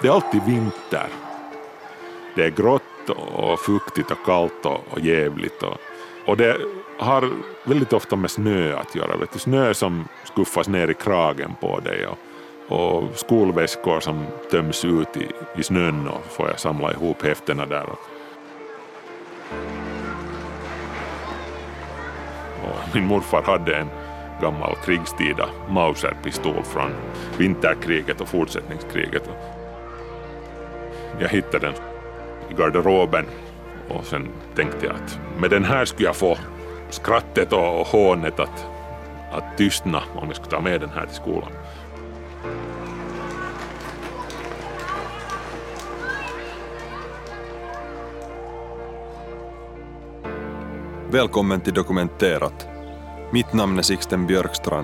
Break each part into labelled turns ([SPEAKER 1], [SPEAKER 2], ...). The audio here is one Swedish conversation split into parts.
[SPEAKER 1] Det är alltid vinter. Det är grått och fuktigt och kallt och jävligt. Och det har väldigt ofta med snö att göra. Vet du? Snö som skuffas ner i kragen på dig och skolväskor som töms ut i snön och får jag samla ihop häftena där. Och min morfar hade en gammal krigstida Mauser-pistol från vinterkriget och fortsättningskriget. Jag hittade den i garderoben och sen tänkte jag att med den här skulle jag få skrattet och hånet att tystna om jag skulle ta med den här till skolan.
[SPEAKER 2] Välkommen till Dokumenterat. Mitt namn är Sixten Björkstrand.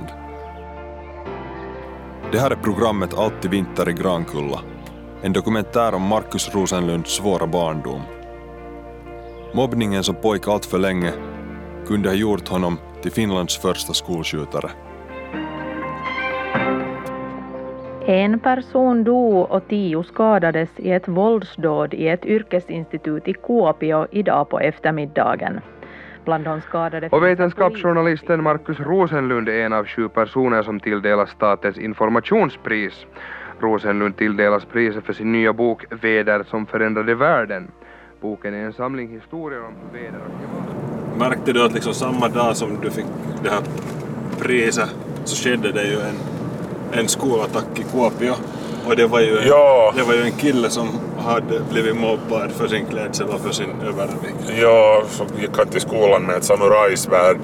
[SPEAKER 2] Det här är programmet Alltid vinter i Grankulla. En dokumentär om Markus Rosenlunds svåra barndom. Mobbningen som pågick allt för länge kunde ha gjort honom till Finlands första skolskjutare.
[SPEAKER 3] En person dog och 10 skadades i ett våldsdåd i ett yrkesinstitut i Kuopio idag på eftermiddagen. Bland de skadade
[SPEAKER 4] och vetenskapsjournalisten Markus Rosenlund är en av 7 personer som tilldelas statens informationspris. Rosenlund tilldelas priset för sin nya bok Väder som förändrade världen. Boken är en samling historier om väder och klimat.
[SPEAKER 5] Märkte du att liksom samma dag som du fick det här priset så skedde det ju en skolattack i Kuopio. Och det var ju en kille som hade blivit mobbad för sin klädsel och för sin övervikt.
[SPEAKER 1] Ja, som gick han till skolan med ett samurajsvärd.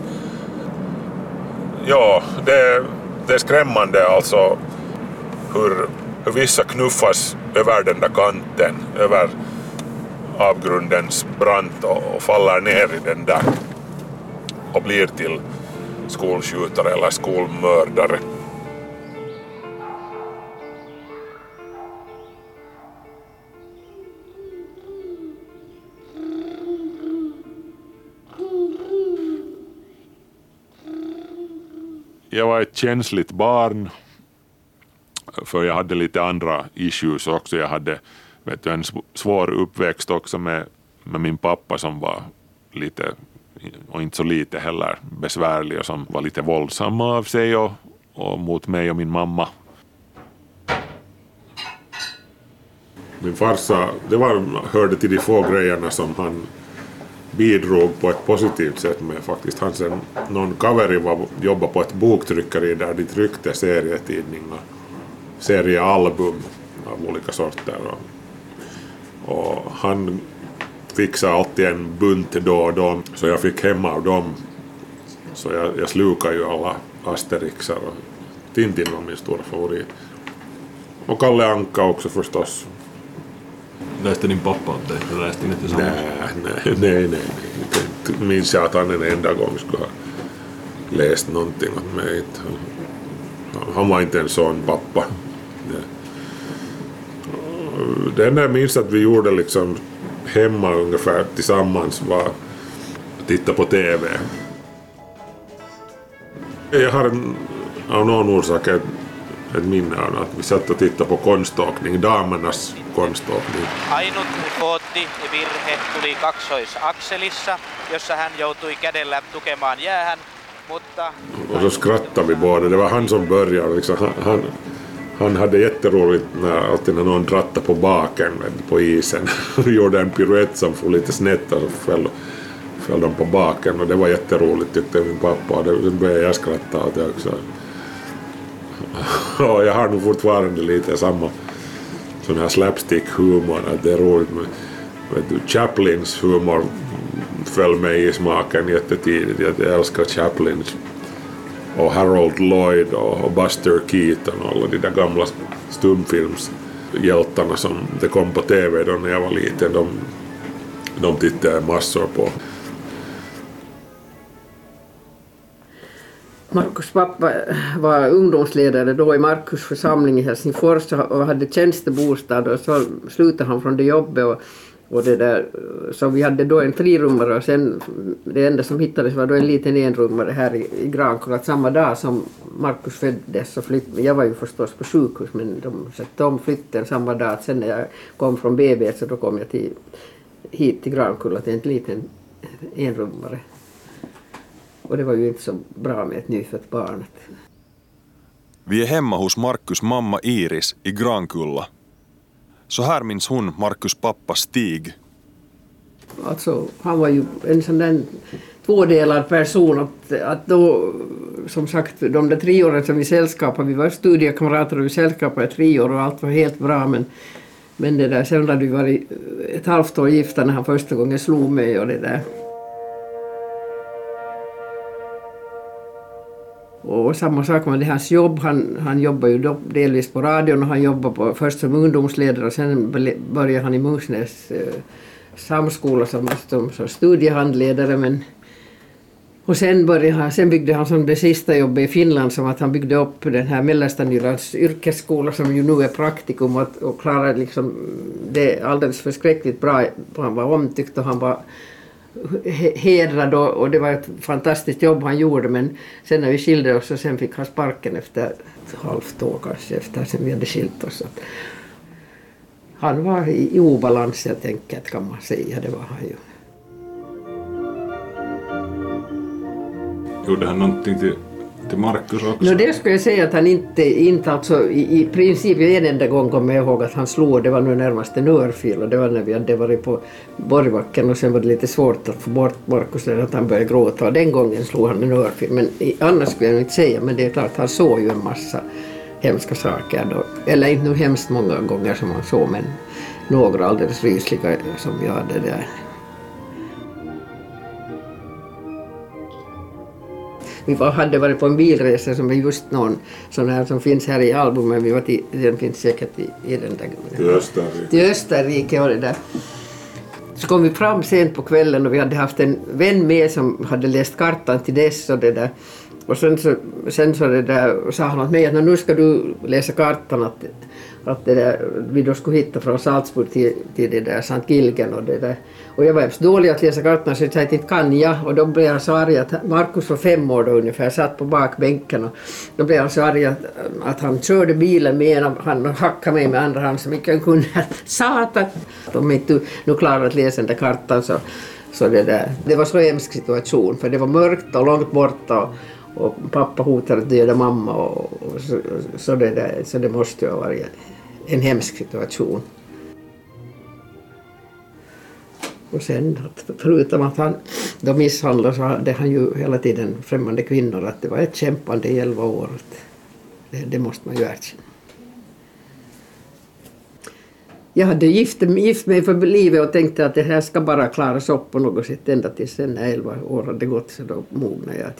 [SPEAKER 1] Ja, det är skrämmande alltså hur vissa knuffas över den där kanten, över avgrundens brant och faller ner i den där och blir till skolskjutare eller skolmördare. Jag var ett känsligt barn för jag hade lite andra issues också. Jag hade en svår uppväxt också med min pappa som var lite, och inte så lite heller, besvärlig och som var lite våldsam av sig och mot mig och min mamma. Min farsa, hörde till de få grejerna som han bidrog på ett positivt sätt med faktiskt. Någon kaveri jobbade på ett boktryckeri där de tryckte serietidningar, seriealbum av olika sorter och han fixade alltid en bunt då och då så jag fick hemma av dem så jag slukade ju alla Asterixar och Tintin var min stora favorit och Kalle Anka också förstås.
[SPEAKER 5] Läste din pappa åt dig? Eller läste ni tillsammans?
[SPEAKER 1] Nej. Minns jag att han en enda gång skulle ha läst någonting åt mig. Han var inte en sån pappa. Det enda jag minns att vi gjorde liksom hemma ungefär tillsammans var att titta på TV. Jag har av någon orsak ett minne av att vi satt och tittade på konståkning, damernas konståkning.
[SPEAKER 6] Ainut virhe tuli kaksoisakselissa, jossa hän joutui kädellä tukemaan jäähän, mutta...
[SPEAKER 1] Och så skrattade vi båda. Det var han som började. Liksom, han hade jätteroligt alltid när någon drattade på baken på isen. Gjorde en piruett som får lite snett och föll de på baken. Och det var jätteroligt tyckte min pappa. Och då började jag skratta åt det också. Och jag har nog fortfarande lite samma sån här slapstick-humor. Att det är roligt med Chaplins humor föll mig i smaken jättetidigt. Jag älskar Chaplin och Harold Lloyd och Buster Keaton och alla de där gamla stumfilmshjältarna som det kom på TV då när jag var liten. De tittade massor på.
[SPEAKER 7] Markus pappa var ungdomsledare då i Markus församling i Helsingfors och hade tjänstebostad och så slutade han från det jobbet Och det där, så vi hade då en 3-rummare och sen det enda som hittades var då en liten 1-rummare här i Grankulla. Samma dag som Markus föddes så flyttade, jag var ju förstås på sjukhus men de flyttade samma dag. Sen när jag kom från BB så då kom jag hit till Grankulla till en liten 1-rummare. Och det var ju inte så bra med ett nyfött barn.
[SPEAKER 2] Vi är hemma hos Markus mamma Iris i Grankulla. Så här minns hon Markus pappa Stig.
[SPEAKER 7] Alltså, han var ju en sån där tvådelad person att då, som sagt, de där 3 åren som vi sällskapade, vi var studiekamrater och vi sällskapade 3 år och allt var helt bra, men det där, sen hade vi varit ett halvt år gifta när han första gången slog mig och det där. Och samma sak med det hans jobb, han jobbar ju då delvis på radion och han jobbar först som ungdomsledare och sen började han i Musnäs samskola som studiehandledare. Och sen byggde han som det sista jobbet i Finland som att han byggde upp den här Mellanstanylands yrkesskola som ju nu är praktikum och klarade liksom det alldeles förskräckligt bra. Han var omtyckt och han var hedrad och det var ett fantastiskt jobb han gjorde, men sen när vi skilde oss och sen fick han sparken efter ett halvt år kanske efter sen vi hade skilt oss. Han var i obalans helt enkelt kan man säga, det var han ju.
[SPEAKER 5] Gjorde han någonting till Markus också?
[SPEAKER 7] No, det skulle jag säga att han inte alltså i princip en enda gång kom jag ihåg att han slog, det var nu närmast en örfil och det var när vi hade varit på Borgbacken och sen var det lite svårt att få bort Markus när han började gråta och den gången slog han en örfil, men annars skulle jag inte säga, men det är klart han såg ju en massa hemska saker då, eller inte nu hemskt många gånger som han såg, men några alldeles rysliga som vi hade där. Vi hade varit på en bilresa som är just någon sån här som finns här i albumen. Vi var den finns säkert i den där. Till Österrike och det där. Så kom vi fram sent på kvällen och vi hade haft en vän med som hade läst kartan till dess och det där. Och sen så det där sa han åt mig att nu ska du läsa kartan att det där, vi då skulle hitta från Salzburg till det där Sankt Gilgen och det där. Och jag var hemskt dålig att läsa kartan så jag sa att inte kan jag. Och då blev han så arg att Markus var 5 år då ungefär, satt på bakbänken och då blev han så arg att han körde bilen med ena hand och hackade mig med andra hand så mycket han kunde. Satan! Om inte nu klarar att läsa den där kartan så det var så hemsk situation för det var mörkt och långt borta och pappa hotade att döda mamma och så det måste ju ha varit en hemsk situation. Och sen, förutom att han då misshandlade så hade han ju hela tiden främmande kvinnor, att det var ett kämpande i 11 år. Det måste man ju erkänna. Jag hade gift mig för livet och tänkte att det här ska bara klaras upp på något sätt ända tills sen när 11 år hade gått så då mognade jag.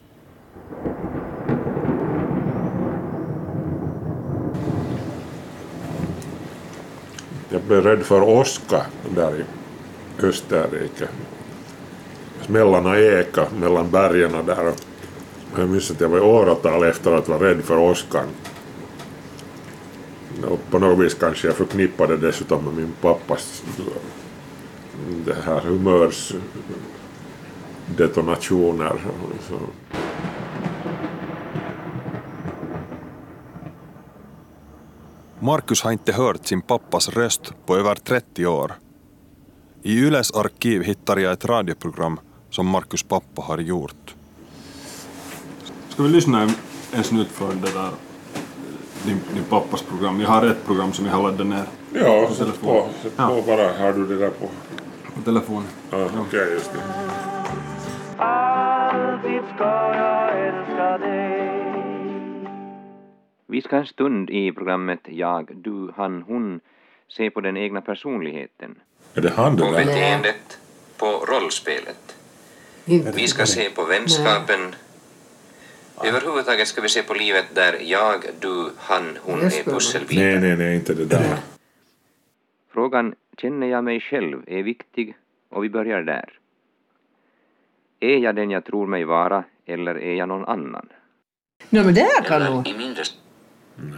[SPEAKER 1] Jag blev rädd för åska där i Österrike. Smällarna eka mellan bergen där. Jag minns att jag var i åratal efter att vara rädd för åskan. Och på något vis kanske jag förknippade dessutom med min pappas det här humörsdetonationer.
[SPEAKER 2] Markus har inte hört sin pappas röst på över 30 år. I Yles arkiv hittar jag ett radioprogram som Markus pappa har gjort.
[SPEAKER 5] Ska vi lyssna en snutt från det där din pappas program? Jag har ett program som jag har laddat ner.
[SPEAKER 1] Ja, sätt på bara. Har du det där på
[SPEAKER 5] telefonen?
[SPEAKER 1] Ja, okej, just det.
[SPEAKER 8] Alltid ska jag älska dig.
[SPEAKER 9] Vi ska en stund i programmet Jag, du, han, hon se på den egna personligheten.
[SPEAKER 1] Är det han det
[SPEAKER 10] på
[SPEAKER 1] där?
[SPEAKER 10] beteendet, på rollspelet. Vi ska se på vänskapen. Överhuvudtaget ska vi se på livet där jag, du, han, hon är pusselbitar.
[SPEAKER 1] Nej, inte det där.
[SPEAKER 9] Frågan känner jag mig själv är viktig och vi börjar där. Är jag den jag tror mig vara eller är jag någon annan?
[SPEAKER 7] Nej, men det kan nog.
[SPEAKER 10] I mindre...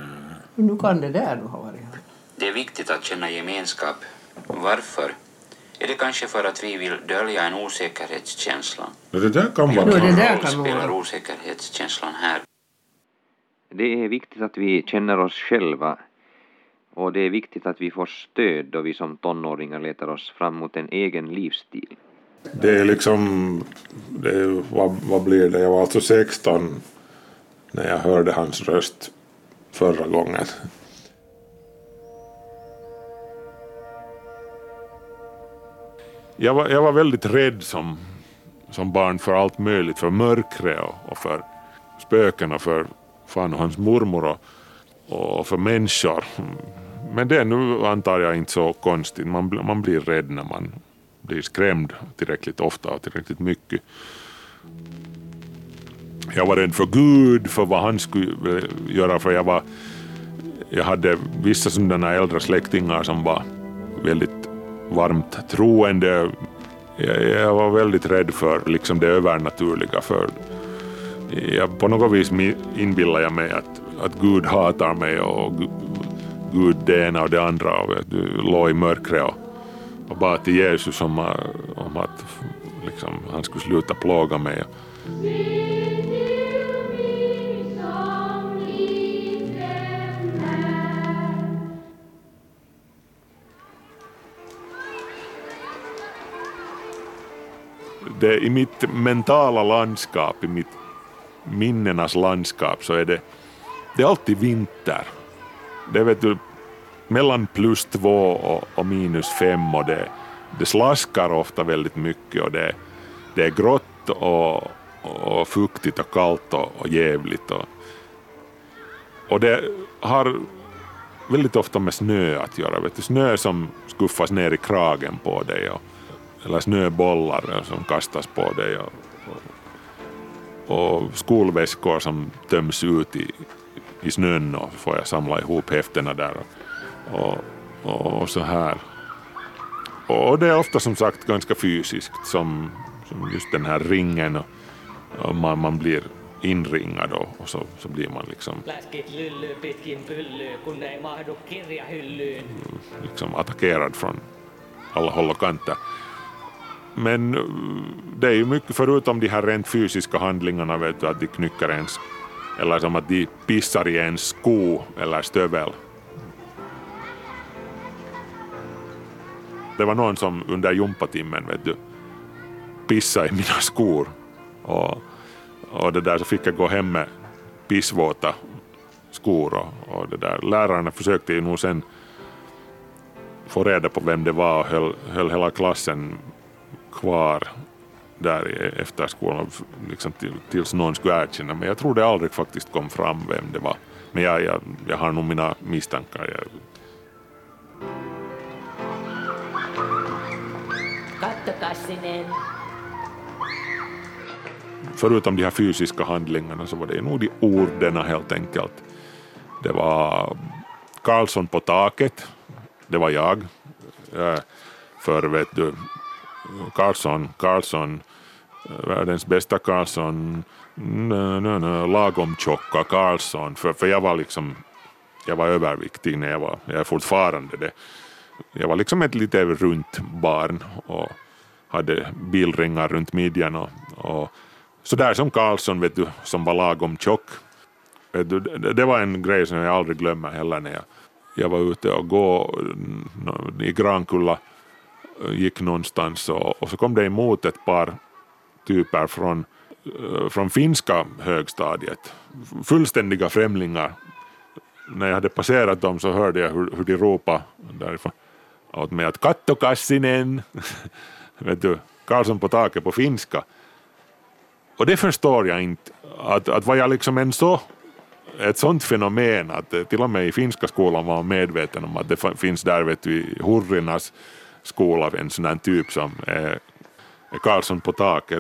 [SPEAKER 7] Nu kan det där nog ha varit.
[SPEAKER 10] Det är viktigt att känna gemenskap. Varför? Är det kanske för att vi vill dölja en osäkerhetskänsla?
[SPEAKER 1] Det där kan vara.
[SPEAKER 10] Hur spelar osäkerhetskänslan här?
[SPEAKER 9] Det är viktigt att vi känner oss själva, och det är viktigt att vi får stöd då vi som tonåringar letar oss fram mot en egen livsstil.
[SPEAKER 1] Det är liksom, vad blir det? Jag var alltså 16 när jag hörde hans röst förra gången. Jag var väldigt rädd som barn för allt möjligt, för mörkret och för spöken och för fan och hans mormor och för människor. Men det är nu antar jag inte så konstigt. Man blir rädd när man blir skrämd tillräckligt ofta och tillräckligt mycket. Jag var rädd för Gud, för vad han skulle göra, för jag hade vissa sådana äldre släktingar som var väldigt varmt troende. Jag var väldigt rädd för liksom det övernaturliga, för jag på något vis inbillar jag mig att Gud hatar mig och Gud det ena och det andra, och låg i mörkret och bad till Jesus om att liksom, han skulle sluta plåga mig. I mitt mentala landskap, i mitt minnenas landskap, så är det är alltid vinter. Det vet du, mellan +2 och -5, och det slaskar ofta väldigt mycket, och det är grått och fuktigt och kallt och jävligt. Och det har väldigt ofta med snö att göra. Vet du, snö som skuffas ner i kragen på dig, eller snöbollar som kastas på dig, och skolväskor som töms ut i snön, och får jag samla ihop häftena där och så här. Och det är ofta som sagt ganska fysiskt, som just den här ringen, och man blir inringad, och så blir man liksom attackerad från alla håll och kanter. Men det är ju mycket, förutom de här rent fysiska handlingarna, vet du, att de knycker ens, eller som att de pissar i ens sko eller stövel. Det var någon som under jumpatimmen, vet du, pissade i mina skor, och det där, så fick jag gå hem med pissvåta skor, och det där. Lärarna försökte ju nog sen få reda på vem det var, och höll hela klassen kvar där efter skolan liksom tills någon skulle erkänna, men jag tror det aldrig faktiskt kom fram vem det var. Men jag har nog mina misstankar.
[SPEAKER 11] Kattokassinen.
[SPEAKER 1] Förutom de här fysiska handlingarna så var det nog de orden helt enkelt. Det var Karlsson på taket, det var jag. För vet du, Karlsson, världens bästa Karlsson, lagom tjocka Karlsson, för jag var överviktig när jag är fortfarande det. Jag var liksom ett lite runt barn och hade bilringar runt midjan och så där som Karlsson, vet du, som var lagom tjock. Det var en grej som jag aldrig glömmer heller när jag var ute och gå i Grankulla, gick någonstans och så kom det emot ett par typer från finska högstadiet. Fullständiga främlingar. När jag hade passerat dem så hörde jag hur de ropade därifrån åt mig att Kattokassinen, vet du, Karlsson på taket på finska. Och det förstår jag inte, att var jag liksom ett sånt fenomen att till och med i finska skolan var medveten om att det finns där, vet du, i Hurrinas skola en sån här typ som är Karlsson på taket.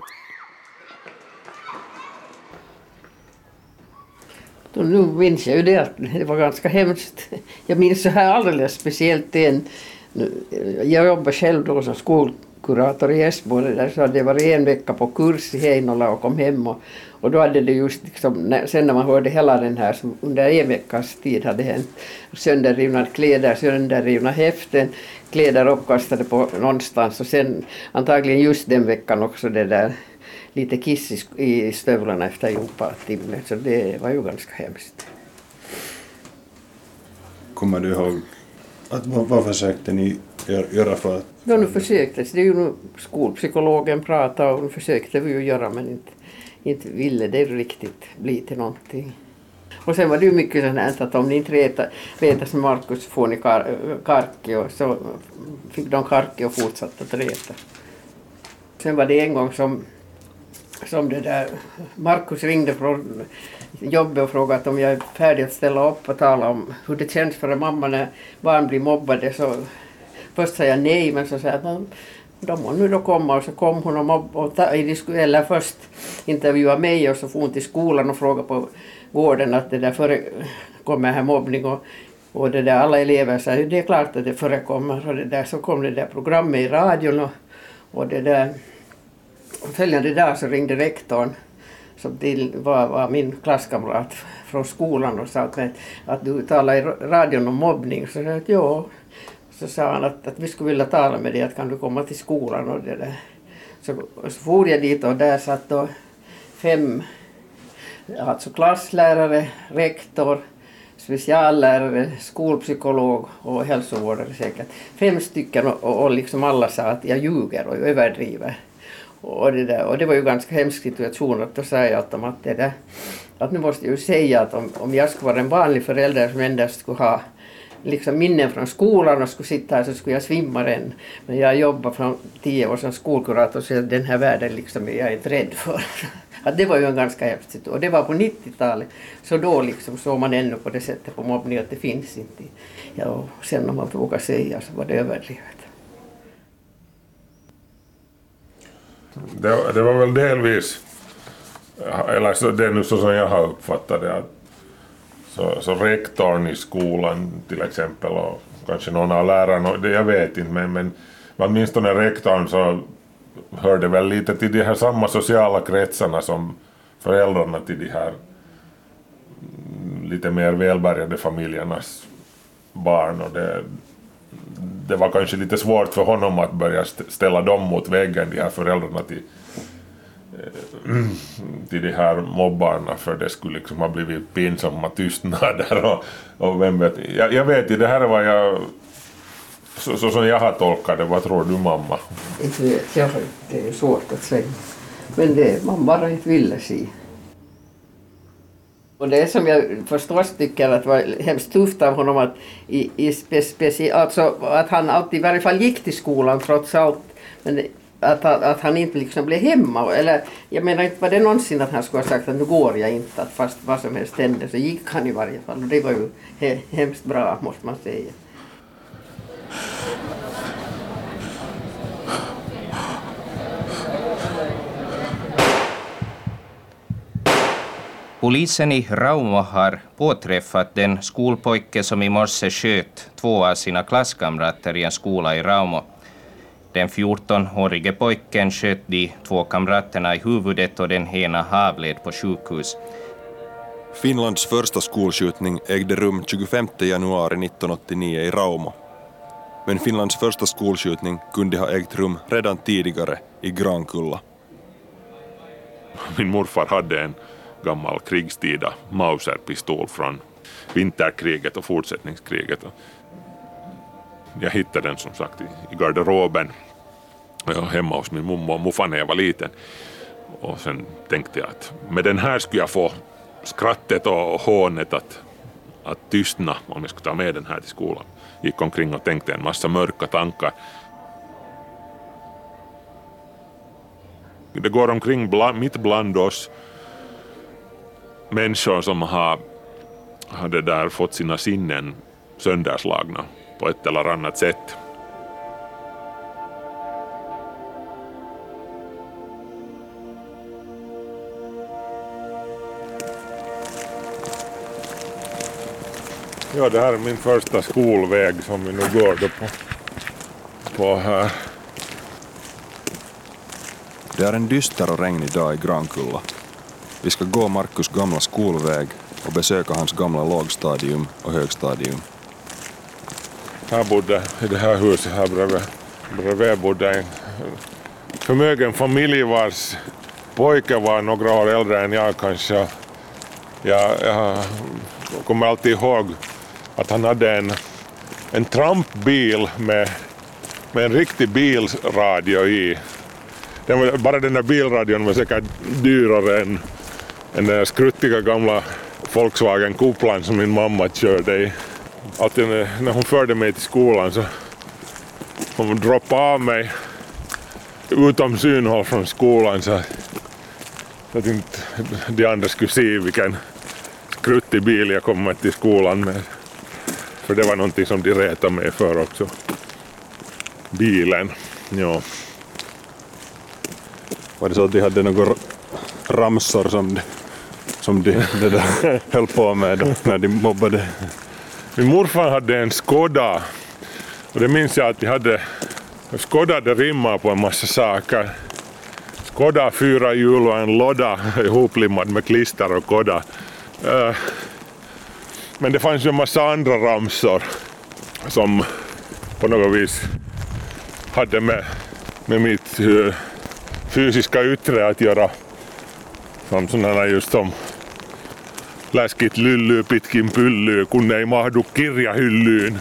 [SPEAKER 7] Nu minns jag ju det att det var ganska hemskt. Jag minns så här alldeles speciellt jag jobbade själv då som skolkurator i Esbo, där så hade jag varit en vecka på kurs i Heinola och kom hem och Och då hade det just liksom, sen när man hörde hela den här som under en veckas tid hade hänt, sönderrivna kläder, sönderrivna häften, kläder uppkastade på någonstans och sen antagligen just den veckan också det där lite kiss i stövlarna efter Jompa-timmen, så det var ju ganska hemskt.
[SPEAKER 12] Kommer du ihåg att vad försökte ni göra för att...
[SPEAKER 7] Ja, nu försökte, det är ju skolpsykologen pratade och nu försökte vi ju göra men inte ville det riktigt bli till någonting. Och sen var det ju mycket sånt här att om ni inte retas med Markus får ni karki och så fick de karki och fortsatte att reta. Sen var det en gång som det där Markus ringde från jobbet och frågade om jag är färdig att ställa upp och tala om hur det känns för en mamma när barn blir mobbade. Så först sa jag nej, men så sa jag att de må nu då komma, och så kom hon eller först intervjuade mig och så for hon till skolan och frågade på gården att det där förekommer här mobbning och det där alla elever sa det är klart att det förekommer och det där så kom det där programmet i radion och det där följande dag så ringde rektorn som var min klasskamrat från skolan och sa att du talar i radion om mobbning. Så sa jag att ja. Så sa han att vi skulle vilja tala med dig, att kan du komma till skolan och det där. Så for jag dit och där satt då 5 alltså klasslärare, rektor, speciallärare, skolpsykolog och hälsovårdare säkert. 5 stycken och liksom alla sa att jag ljuger och överdriver. Och det var ju ganska hemsk situation att då sa jag att det där, att nu måste jag ju säga att om jag skulle vara en vanlig förälder som endast skulle ha liksom minnen från skolan och skulle sitta här så skulle jag svimma den. Men jag jobbar från 10 år som skolkurator så den här världen liksom jag är inte rädd för. Att det var ju en ganska hemskt situation. Och det var på 90-talet. Så då liksom såg man ännu på det sättet på mobbning att det finns inte. Ja, och sen när man vågar säga så var det överdrivet.
[SPEAKER 1] Det var väl delvis, eller så det är nu så som jag har uppfattat det, att så rektorn i skolan till exempel och kanske någon av lärarna, det jag vet inte, men åtminstone rektorn så hörde väl lite till de här samma sociala kretsarna som föräldrarna till de här lite mer välbärgade familjernas barn, och det var kanske lite svårt för honom att börja ställa dem mot väggen, de här föräldrarna till de här mobbarna, för det skulle liksom ha blivit pinsamma tystnader och vem vet. Jag vet ju, det här var jag så som jag har tolkat det. Vad tror du, mamma?
[SPEAKER 7] Inte vet jag, det är svårt att säga. Men man bara inte ville se. Och det som jag förstås tycker att var hemskt tufft av honom att, alltså, att han alltid i varje fall gick till skolan trots allt. Men att han inte liksom blev hemma. Eller, jag menar inte var det någonsin att han skulle ha sagt att nu går jag inte. Att fast vad som helst hände så gick han i varje fall. Och det var ju hemskt bra måste man säga.
[SPEAKER 6] Polisen i Rauma har påträffat den skolpojke som i morse sköt 2 av sina klasskamrater i en skola i Rauma. Den 14-årige pojken sköt de 2 kamraterna i huvudet och den ena avled på sjukhus.
[SPEAKER 2] Finlands första skolskjutning ägde rum 25 januari 1989 i Rauma. Men Finlands första skolskjutning kunde ha ägt rum redan tidigare i Grankulla.
[SPEAKER 1] Min morfar hade en gammal krigstida Mauser-pistol från vinterkriget och fortsättningskriget. Jag hittade den som sagt i garderoben hemma hos min mamma och morfar när jag var liten. Och sen tänkte jag att med den här skulle jag få skrattet och hånet att tystna om jag skulle ta med den här till skolan. Gick omkring och tänkte en massa mörka tankar. Det går omkring mitt bland oss människor som har det där fått sina sinnen sönderslagna på ett eller annat sätt. Ja, det här är min första skolväg som vi nu går då på här.
[SPEAKER 2] Det är en dyster och regnig dag i Grankulla. Vi ska gå Markus gamla skolväg och besöka hans gamla lågstadium och högstadium.
[SPEAKER 1] Här bodde, i det här huset här bredvid bodde en förmögen familj vars pojke var några år äldre än jag kanske. Jag kommer alltid ihåg att han hade en trampbil med en riktig bilradio i. Bara den där bilradion var säkert dyrare än den där skruttiga gamla Volkswagen Kuplan som min mamma körde i. Alltid när hon förde mig till skolan så hon droppade av mig utom synhåll från skolan så att inte de andra skulle se vilken skruttig bil jag kommer till skolan med. För det var någonting som de retade mig för också. Bilen, ja.
[SPEAKER 12] Var det så att de hade några ramsor som de där höll på med då, när de mobbade?
[SPEAKER 1] Min morfar hade en Skoda och det minns jag att de hade Skoda, det rimmar på en massa saker. Skoda, 4 hjul och en låda ihoplimmad med klister och kodda. Men det fanns ju en massa andra ramsor som på något vis hade med mitt fysiska yttre att göra. Som sådana just som läskit lylly pitkin pyllyy, kun ei mahdu kirjahyllyyn.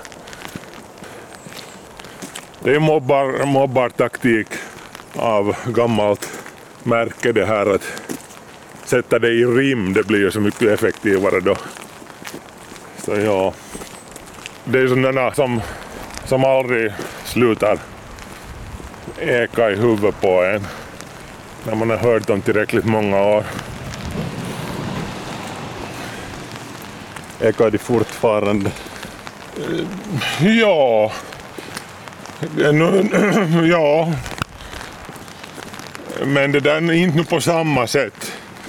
[SPEAKER 1] Det är mobbartaktik av gammalt märke det här att sätta det i rim, det blir ju så mycket effektivare då. Så ja, det är sådana som aldrig slutar eka i huvudet på en när man har hört dem tillräckligt många år.
[SPEAKER 12] Ekar de fortfarande?
[SPEAKER 1] Ja. Ja. Men det där är inte på samma sätt.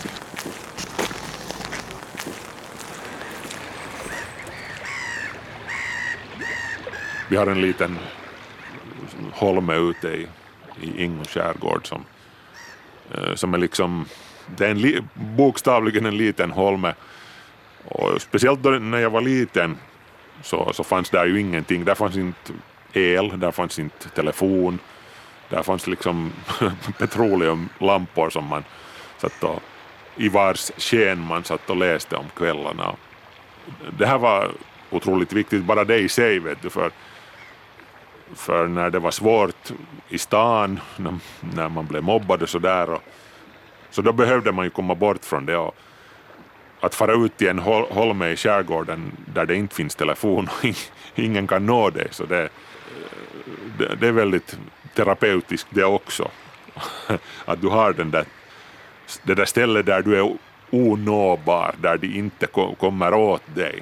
[SPEAKER 1] Vi har en liten holme ute i Ingå skärgård som är liksom, det är bokstavligen en liten holme. Och speciellt då när jag var liten så fanns där ju ingenting. Där fanns inte el, där fanns inte telefon. Där fanns liksom petroleumlampor som man satt och, i vars sken man satt och läste om kvällarna. Det här var otroligt viktigt, bara det i sig vet du, för när det var svårt i stan, när man blev mobbad och sådär, så då behövde man ju komma bort från det och att fara ut i en holme i skärgården där det inte finns telefon och ingen kan nå dig, så det är väldigt terapeutiskt det också. Att du har det där stället där du är onåbar, där de inte kommer åt dig.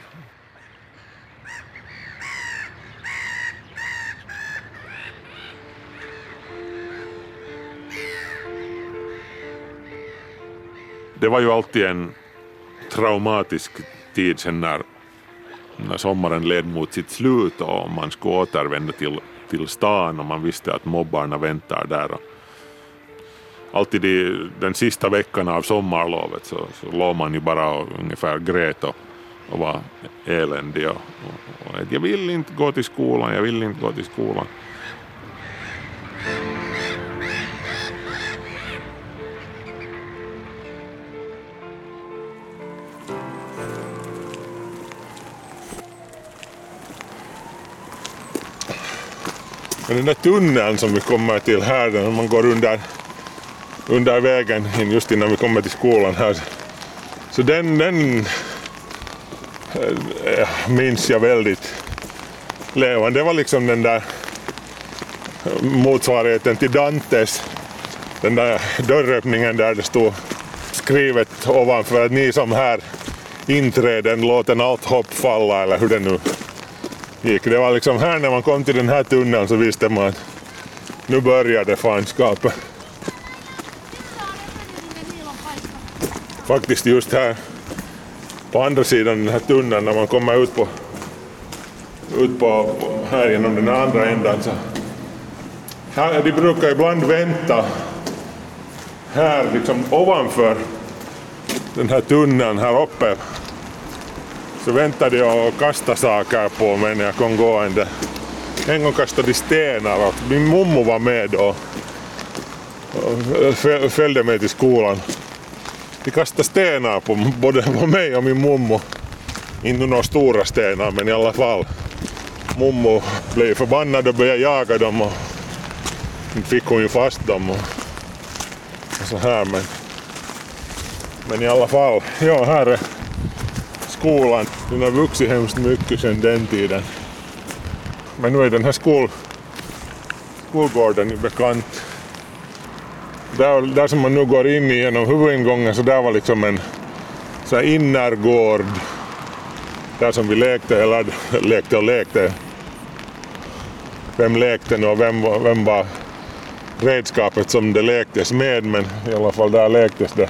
[SPEAKER 1] Det var ju alltid en traumatisk tid sen när sommaren led mot sitt slut och man skulle återvända till stan och man visste att mobbarna väntar där. Alltid den sista veckan av sommarlovet så låg man ju bara och ungefär grät och var eländig och jag vill inte gå till skolan. Men den där tunneln som vi kommer till här, när man går under vägen just innan vi kommer till skolan här, så den minns jag väldigt levande. Det var liksom den där motsvarigheten till Dantes, den där dörröppningen där det stod skrivet ovanför att ni som här inträden låten allt hopp falla, eller hur det nu gick. Det var liksom här när man kom till den här tunneln så visste man att nu började fanskapet. Faktiskt just här på andra sidan den här tunneln när man kommer ut på här genom den andra ändan så här, de brukar ibland vänta här liksom ovanför den här tunneln här uppe så väntade jag och kastade saker på mig när jag kom gående. En gång kastade de stenar och min mommo var med då och följde mig till skolan. De kastade stenar på både på mig och min mommo. Inte några stora stenar men i alla fall. Mommo blev förbannad och började jaga dem och fick hon ju fast dem och så här men i alla fall, ja här är skolan. Den har vuxit hemskt mycket sedan den tiden. Men nu är den här skolgården ju bekant. Där som man nu går in genom huvudingången så där var liksom en så här innergård. Där som vi lekte. Vem lekte nu och vem var redskapet som det lektes med, men i alla fall där lektes det.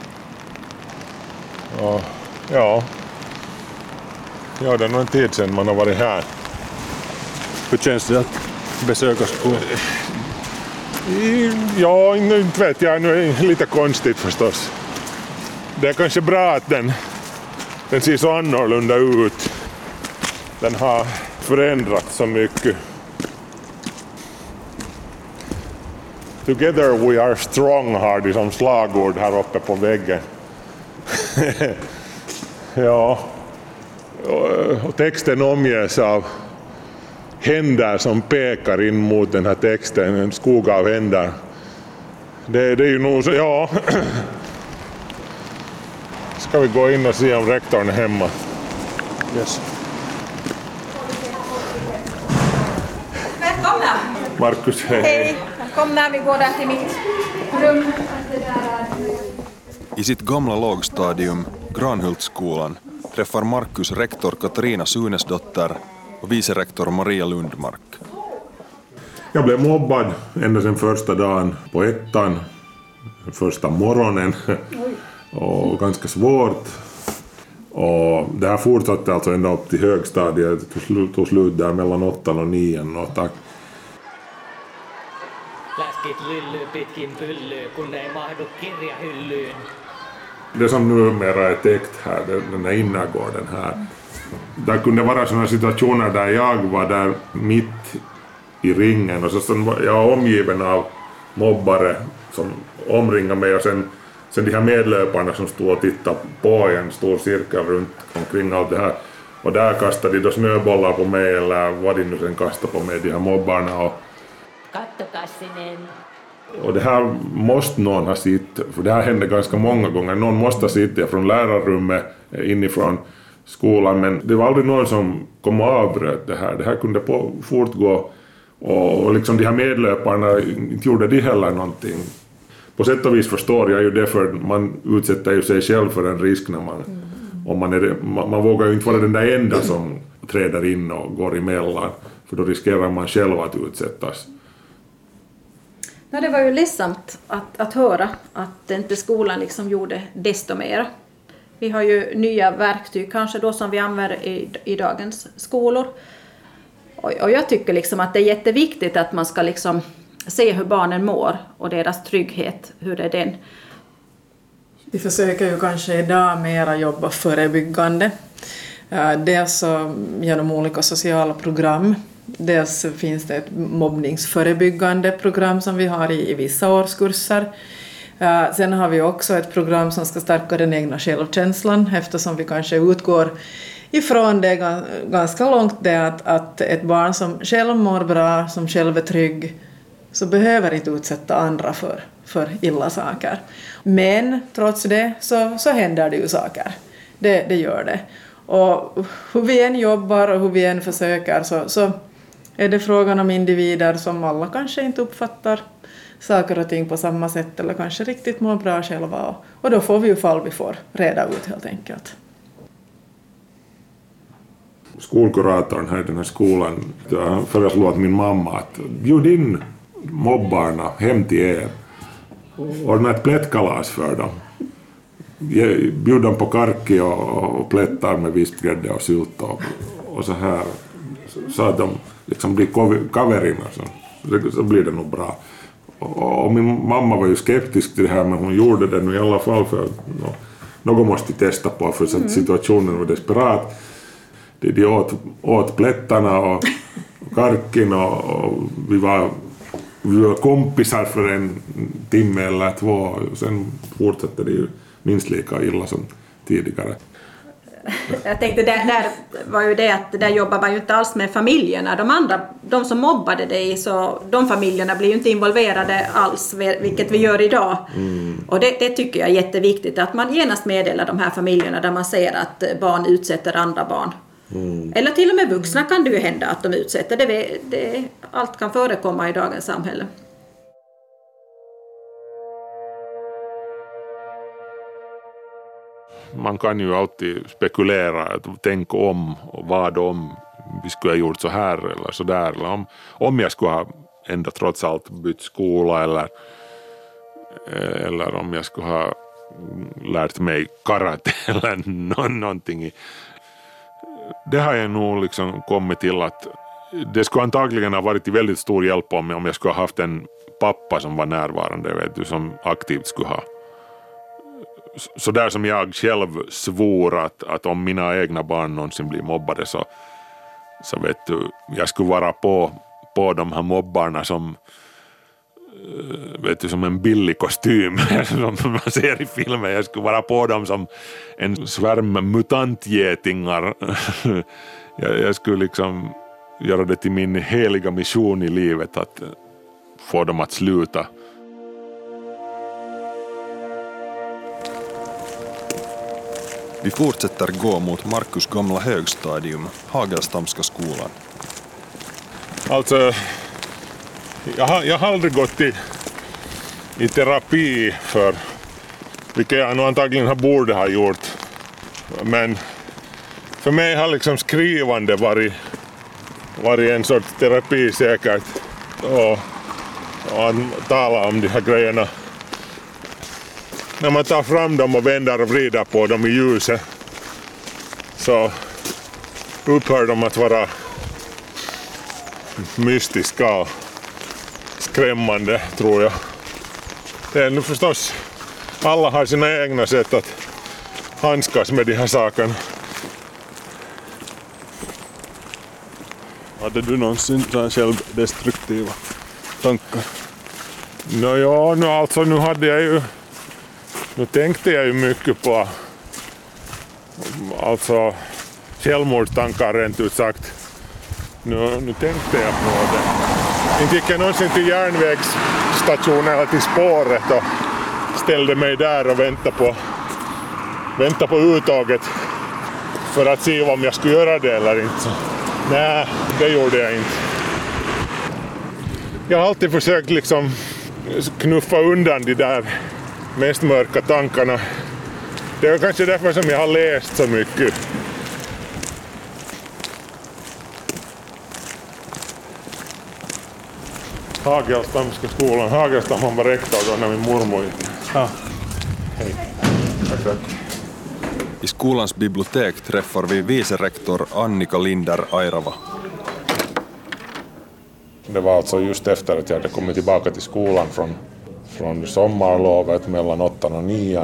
[SPEAKER 1] Och, ja, det är nog en tid sedan man har varit här.
[SPEAKER 12] Hur känns det att besöka skolan?
[SPEAKER 1] Ja, inte vet jag. Nu är det lite konstigt förstås. Det är kanske bra att den ser så annorlunda ut. Den har förändrats så mycket. Together we are strong har de som slagord här uppe på väggen. Ja, och texten omges av händer som pekar in mot den här texten, en skog av händer. Det är ju nog så, ja. Ska vi gå in och se om rektorn är hemma?
[SPEAKER 12] Yes.
[SPEAKER 13] Välkomna!
[SPEAKER 1] Markus, hej.
[SPEAKER 13] Hej, kom när vi går där till mitt rum.
[SPEAKER 2] I sitt gamla lågstadium, Granhultsskolan, träffar Markus rektor Katarina Sunesdotter och vicerektor Maria Lundmark.
[SPEAKER 1] Jag blev mobbad ända sedan första dagen på ettan, första morgonen. Och ganska svårt. Och det här fortsatte alltså ända upp till högstadiet. Tog slut där mellan 8 och 9. Och tack.
[SPEAKER 11] Läskit lylly pitkin pyllyyn, kun ei mahdu kirjahyllyyn.
[SPEAKER 1] Det som numera är täckt här, den här innergården här. Där kunde vara sådana situationer där jag var där mitt i ringen. Och så var jag omgiven av mobbare som omringade mig. Och sen de här medlöparna som stod och tittade på i en stor cirkel runt omkring allt det här. Och där kastade de då snöbollar på mig eller vad de nu sen kastade på mig, de här mobbarna. Och
[SPEAKER 11] Kattokassinen.
[SPEAKER 1] Och det här måste någon ha sitt, för det här hände ganska många gånger. Någon måste ha sitt från lärarrummet inifrån skolan, men det var aldrig någon som kom och avbröt det här. Det här kunde fortgå och liksom de här medlöparna inte gjorde de heller någonting. På sätt och vis förstår jag ju det, för man utsätter ju sig själv för en risk när man vågar ju inte vara den där enda som träder in och går emellan, för då riskerar man själv att utsättas.
[SPEAKER 13] Det var ju ledsamt att höra att inte skolan liksom gjorde desto mer. Vi har ju nya verktyg kanske då som vi använder i dagens skolor. Och jag tycker liksom att det är jätteviktigt att man ska liksom se hur barnen mår och deras trygghet, hur är den.
[SPEAKER 14] Vi försöker ju kanske idag mera jobba förebyggande. Dels genom olika sociala program. Dels finns det ett mobbningsförebyggande program som vi har i vissa årskurser. Sen har vi också ett program som ska stärka den egna självkänslan, eftersom vi kanske utgår ifrån det ganska långt det att ett barn som själv mår bra, som själv är trygg, så behöver inte utsätta andra för illa saker. Men trots det så händer det ju saker. Det gör det. Och hur vi än jobbar och hur vi än försöker så är det frågan om individer som alla kanske inte uppfattar saker och ting på samma sätt eller kanske riktigt mår bra själva. Och då får vi ju fall vi får reda ut helt enkelt.
[SPEAKER 1] Skolkuratorn här i den här skolan föreslog att min mamma att bjud in mobbarna hem till er och ordna ett plättkalas för dem. Bjud dem på karki och plättar med vispgrädde och sylt och så här. Så att de liksom blir kaverina, så blir det nog bra. Och min mamma var ju skeptisk till det här, men hon gjorde det nu i alla fall för något måste testa på för att situationen var desperat. De åt plättarna och karkin och vi var kompisar för en timme eller två och sen fortsatte det ju minst lika illa som tidigare.
[SPEAKER 13] Jag tänkte, där var ju det att där jobbar man ju inte alls med familjerna. De som mobbade dig, så de familjerna blir ju inte involverade alls, vilket vi gör idag. Och det tycker jag är jätteviktigt, att man genast meddelar de här familjerna där man ser att barn utsätter andra barn. Eller till och med vuxna kan det ju hända att de utsätter. Allt kan förekomma i dagens samhälle.
[SPEAKER 1] Man kan ju alltid spekulera, tänka om och vad om vi skulle ha gjort så här eller så där. Eller om jag skulle ha ändå trots allt bytt skola eller om jag skulle ha lärt mig karate eller någonting. Det har jag nog liksom kommit till att det skulle antagligen ha varit till väldigt stor hjälp om jag skulle ha haft en pappa som var närvarande, vet du, som aktivt skulle ha. Så där som jag själv svor att om mina egna barn någonsin blir mobbade så vet du, jag skulle vara på de här mobbarna som vet du, som en billig kostym som man ser i filmen. Jag skulle vara på dem som en svärm mutantgetingar. Jag skulle liksom göra det till min heliga mission i livet att få dem att sluta.
[SPEAKER 2] Vi fortsätter gå mot Markus gamla högstadium, Hagelstamska skolan.
[SPEAKER 1] Alltså, jag har aldrig gått i terapi för, vilket jag nog antagligen borde ha gjort. Men för mig har liksom skrivande varit en sorts terapi säkert. Och tala om de här grejerna. När man tar fram dem och vänder och vrider på dem i ljuset så upphör de att vara mystiska och skrämmande, tror jag. Det är nu förstås, alla har sina egna sätt att handskas med de här sakerna.
[SPEAKER 12] Hade du någonsin självdestruktiva tankar?
[SPEAKER 1] Nu tänkte jag ju mycket på alltså självmordstankar rent ut sagt. Nu tänkte jag på det. Inte gick jag någonsin till järnvägsstationen eller till spåret och ställde mig där och väntade på uttaget för att se om jag skulle göra det eller inte. Nej, det gjorde jag inte. Jag har alltid försökt liksom knuffa undan de där mest mörka tankarna. Det är kanske därför som jag har läst så mycket. Hagelstamska skolan. Hagelstam, han var rektor då när min mormor gick. Hej. Tack.
[SPEAKER 2] I skolans bibliotek träffar vi vicerektor Annika Linder-Airava.
[SPEAKER 1] Det var alltså just efter att jag hade kommit tillbaka till skolan från sommarlovet mellan 8 och 9.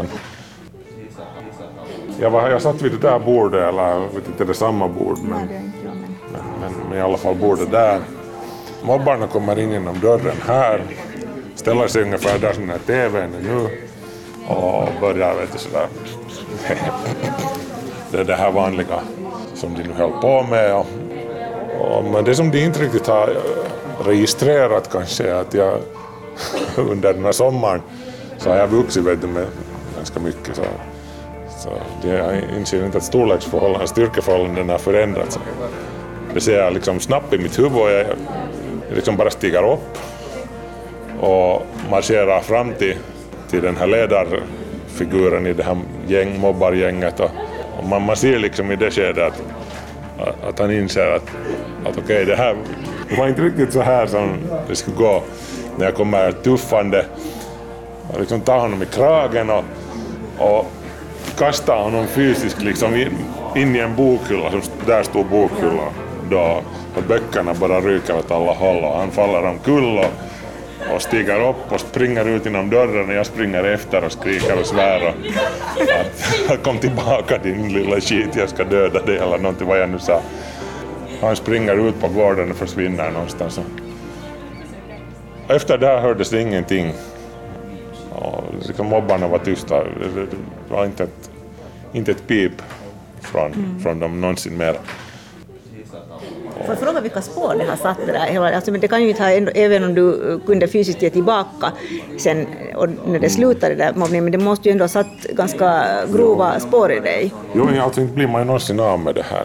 [SPEAKER 1] Jag satt vid det där bordet, eller jag vet inte, det är samma bord, men i alla fall bordet där. Mobbarna kommer in genom dörren här, ställer sig ungefär där som den här tvn är nu och börjar, vet du, sådär. Det är det här vanliga som de nu höll på med. Men det som de inte riktigt har registrerat kanske är att jag under den här sommaren så har jag vuxit, vet du, med ganska mycket. Så jag inser inte att styrkeförhållanden har förändrats. Det ser jag liksom snabbt i mitt huvud och jag liksom bara stiger upp och marscherar fram till den här ledarfiguren i det här mobbargänget och man ser liksom i det skedet att han inser att okej, det här var inte riktigt så här som det skulle gå när jag kommer tuffande och liksom tar honom i kragen och kastar honom fysiskt liksom in i en bokhylla, som där stod bokhylla då, och böckerna bara ryker åt alla håll och han faller omkull och stiger upp och springer ut genom dörren och jag springer efter och skriker och svär att kom tillbaka din lilla skit, jag ska döda dig eller någonting vad jag nu sa. Han springer ut på gården och försvinner någonstans. Efter det här hördes det ingenting. Och liksom mobbarna var tysta. Det var inte ett pip från dem någonsin mer.
[SPEAKER 15] Får jag fråga vilka spår det har satt det där? Alltså, men det kan ju inte ha, även om du kunde fysiskt ge tillbaka sen och när det slutade där mobbningen, men det måste ju ändå ha satt ganska grova spår i dig.
[SPEAKER 1] Jo, alltså inte blir man ju någonsin av med det här.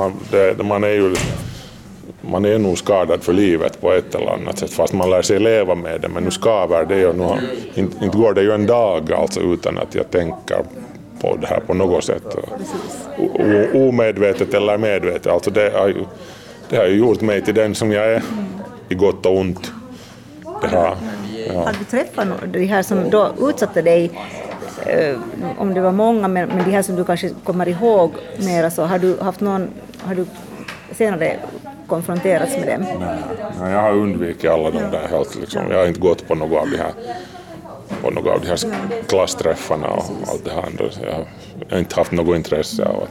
[SPEAKER 1] Man är nog skadad för livet på ett eller annat sätt, fast man lär sig leva med det, men nu skaver det och nu inte går det ju en dag alltså utan att jag tänker på det här på något sätt. Omedvetet eller medvetet, alltså det har ju gjort mig till den som jag är i gott och ont. Har
[SPEAKER 15] du träffat de här som då utsatte dig, om det var många, men de här som du kanske kommer ihåg mer, så har du senare konfronterats med dem?
[SPEAKER 1] Nej, jag har undvikit alla de där helt liksom. Jag har inte gått på något av de här klassträffarna och allt det här andra. Jag har inte haft något intresse av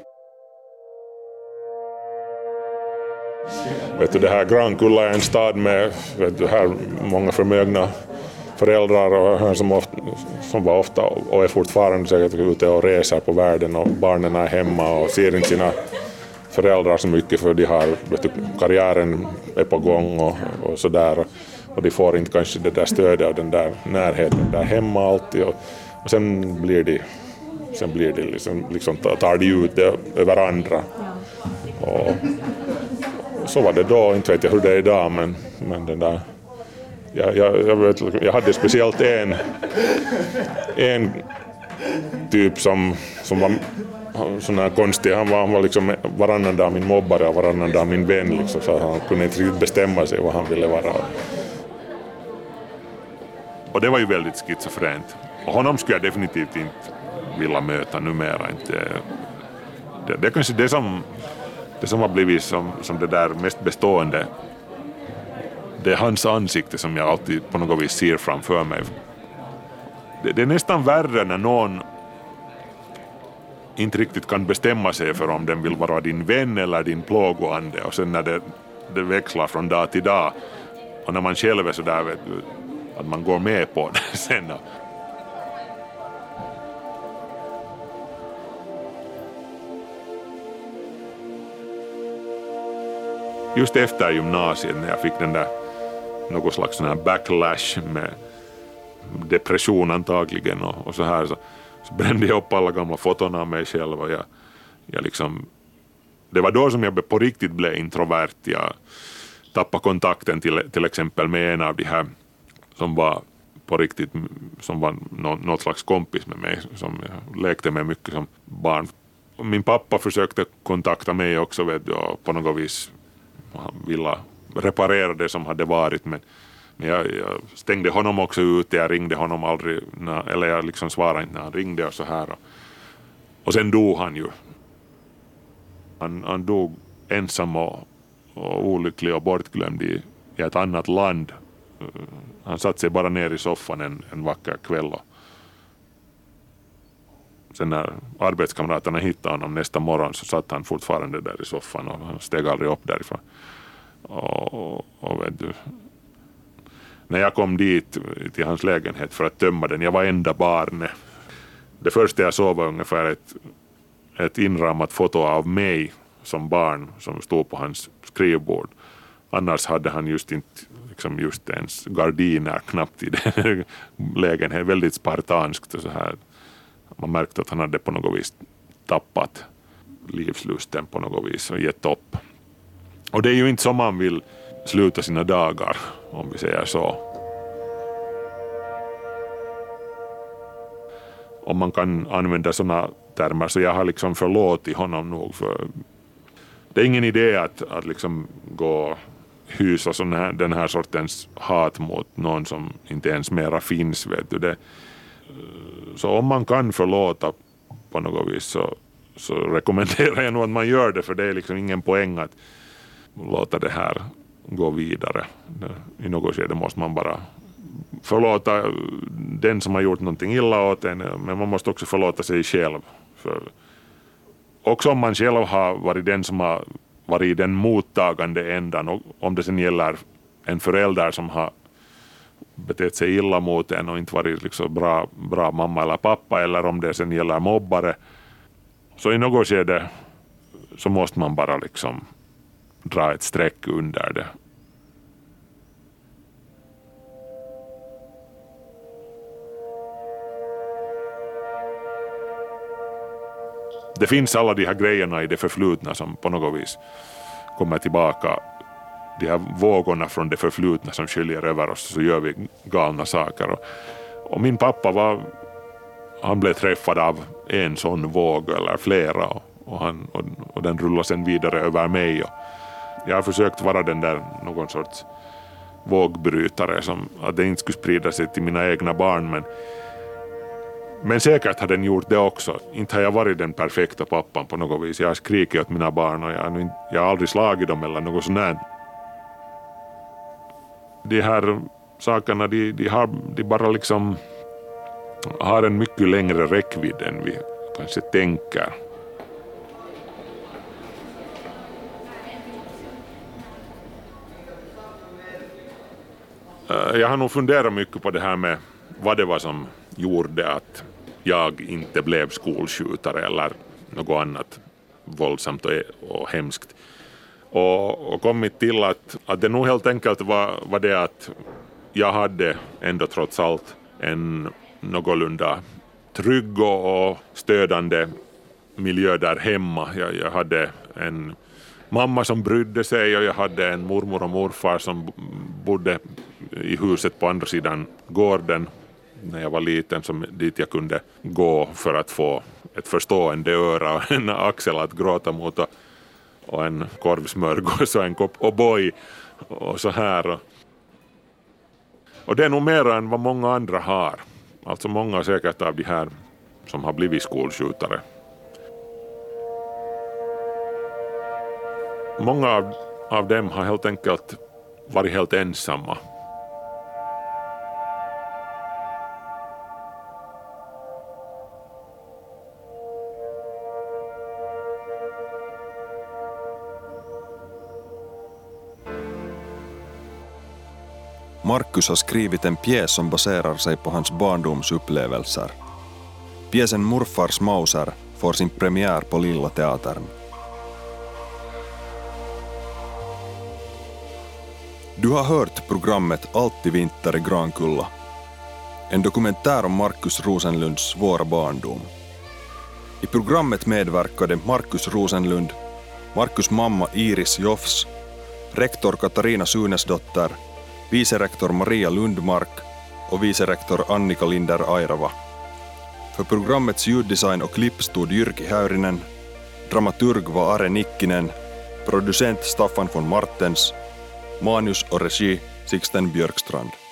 [SPEAKER 1] Vet du, det här Grankulla är en stad med här många förmögna föräldrar och som var ofta och är fortfarande säkert ute och reser på världen, och barnen är hemma och ser inte sina föräldrar så mycket för de har, karriären är på gång och sådär, och de får inte kanske det där stödet och den där närheten där hemma alltid, och sen blir de liksom tar de ut det över andra. Och så var det då, inte vet jag hur det är idag, men den där jag hade speciellt en typ som var sån här konstig. Han var liksom varannan dag min mobbare och varannan dag min vän liksom, så han kunde inte riktigt bestämma sig vad han ville vara. Och det var ju väldigt schizofrent. Och honom skulle jag definitivt inte vilja möta numera. Det är kanske det som har blivit som det där mest bestående. Det är hans ansikte som jag alltid på något vis ser framför mig. Det är nästan värre när någon inte riktigt kan bestämma sig för om den vill vara din vän eller din plågoande, och sen när det växlar från dag till dag, och när man själv är så där, vet du, att man går med på det sen. Just efter gymnasiet när jag fick den där något slags sån här backlash med depression antagligen och så här, så brände jag upp alla gamla foton av mig själv, och jag liksom, det var då som jag på riktigt blev introvert. Jag tappade kontakten till exempel med en av de här som var på riktigt, som var något slags kompis med mig, som jag lekte med mycket som barn. Min pappa försökte kontakta mig också, vet du, och på något vis ville reparera det som hade varit, men jag stängde honom också ute. Jag ringde honom aldrig, eller jag liksom svarade inte när han ringde och så här. Och sen dog han ju. Han dog ensam och olycklig och bortglömd i ett annat land. Han satt sig bara ner i soffan en vacker kväll. Och sen när arbetskamraterna hittade honom nästa morgon, så satt han fortfarande där i soffan, och han steg aldrig upp därifrån. Och vet du, när jag kom dit till hans lägenhet för att tömma den, jag var enda barnet. Det första jag såg var ungefär ett inramat foto av mig som barn som stod på hans skrivbord. Annars hade han just ens gardiner knappt i den lägenheten, väldigt spartanskt och så här. Man märkte att han hade på något vis tappat livslusten på något vis och gett upp. Och det är ju inte som man vill sluta sina dagar, om vi säger så. Om man kan använda sådana termer, så jag har liksom förlåtit honom nog. För det är ingen idé att liksom gå hysa den här sortens hat mot någon som inte ens mera finns, vet du det. Så om man kan förlåta på något vis, så rekommenderar jag nog att man gör det, för det är liksom ingen poäng att låta det här gå vidare. I något skede måste man bara förlåta den som har gjort någonting illa åt en, men man måste också förlåta sig själv. För också om man själv har varit den som har varit i den mottagande ändan, och om det sen gäller en förälder som har betett sig illa mot en och inte varit liksom bra mamma eller pappa, eller om det sen gäller mobbare, så i något skede så måste man bara liksom dra ett streck under det. Det finns alla de här grejerna i det förflutna som på något vis kommer tillbaka. De här vågorna från det förflutna som sköljer över oss, så gör vi galna saker. Och min pappa han blev träffad av en sån våg eller flera, och den rullar sen vidare över mig. Och jag har försökt vara den där någon sorts vågbrytare, som att det inte skulle sprida sig till mina egna barn, men säkert har den gjort det också. Inte har jag varit den perfekta pappan på något vis. Jag har skrikit åt mina barn och jag har aldrig slagit dem eller något sånt där. De här sakerna, de bara liksom har en mycket längre räckvidd än vi kanske tänker. Jag har nog funderat mycket på det här med vad det var som gjorde att jag inte blev skolskjutare eller något annat våldsamt och hemskt. Och kommit till att det nog helt enkelt var det att jag hade ändå trots allt en någorlunda trygg och stödande miljö där hemma. Jag hade en mamma som brydde sig, och jag hade en mormor och morfar som bodde i huset på andra sidan gården när jag var liten, som dit jag kunde gå för att få ett förstående öra och en axel att gråta mot, och en korvsmörgås och en kopp O'boy och så här. Och det är nog mer än vad många andra har. Alltså många säkert av de här som har blivit skolskjutare. Många av dem har helt enkelt varit helt ensamma.
[SPEAKER 2] Markus har skrivit en pjäs som baserar sig på hans barndomsupplevelser. Pjäsen Morfars Mauser får sin premiär på Lilla Teatern. Du har hört programmet Alltid vinter i Grankulla. En dokumentär om Markus Rosenlunds svåra barndom. I programmet medverkade Markus Rosenlund, Markus mamma Iris Joffs, rektor Katarina Sunesdotter, vicerektor Maria Lundmark och vicerektor Annika Linder-Airava. För programmets ljuddesign och klipp stod Jyrki Häyrinen, dramaturg var Are Nikkinen, producent Staffan von Martens, manus och regi Sixten Björkstrand.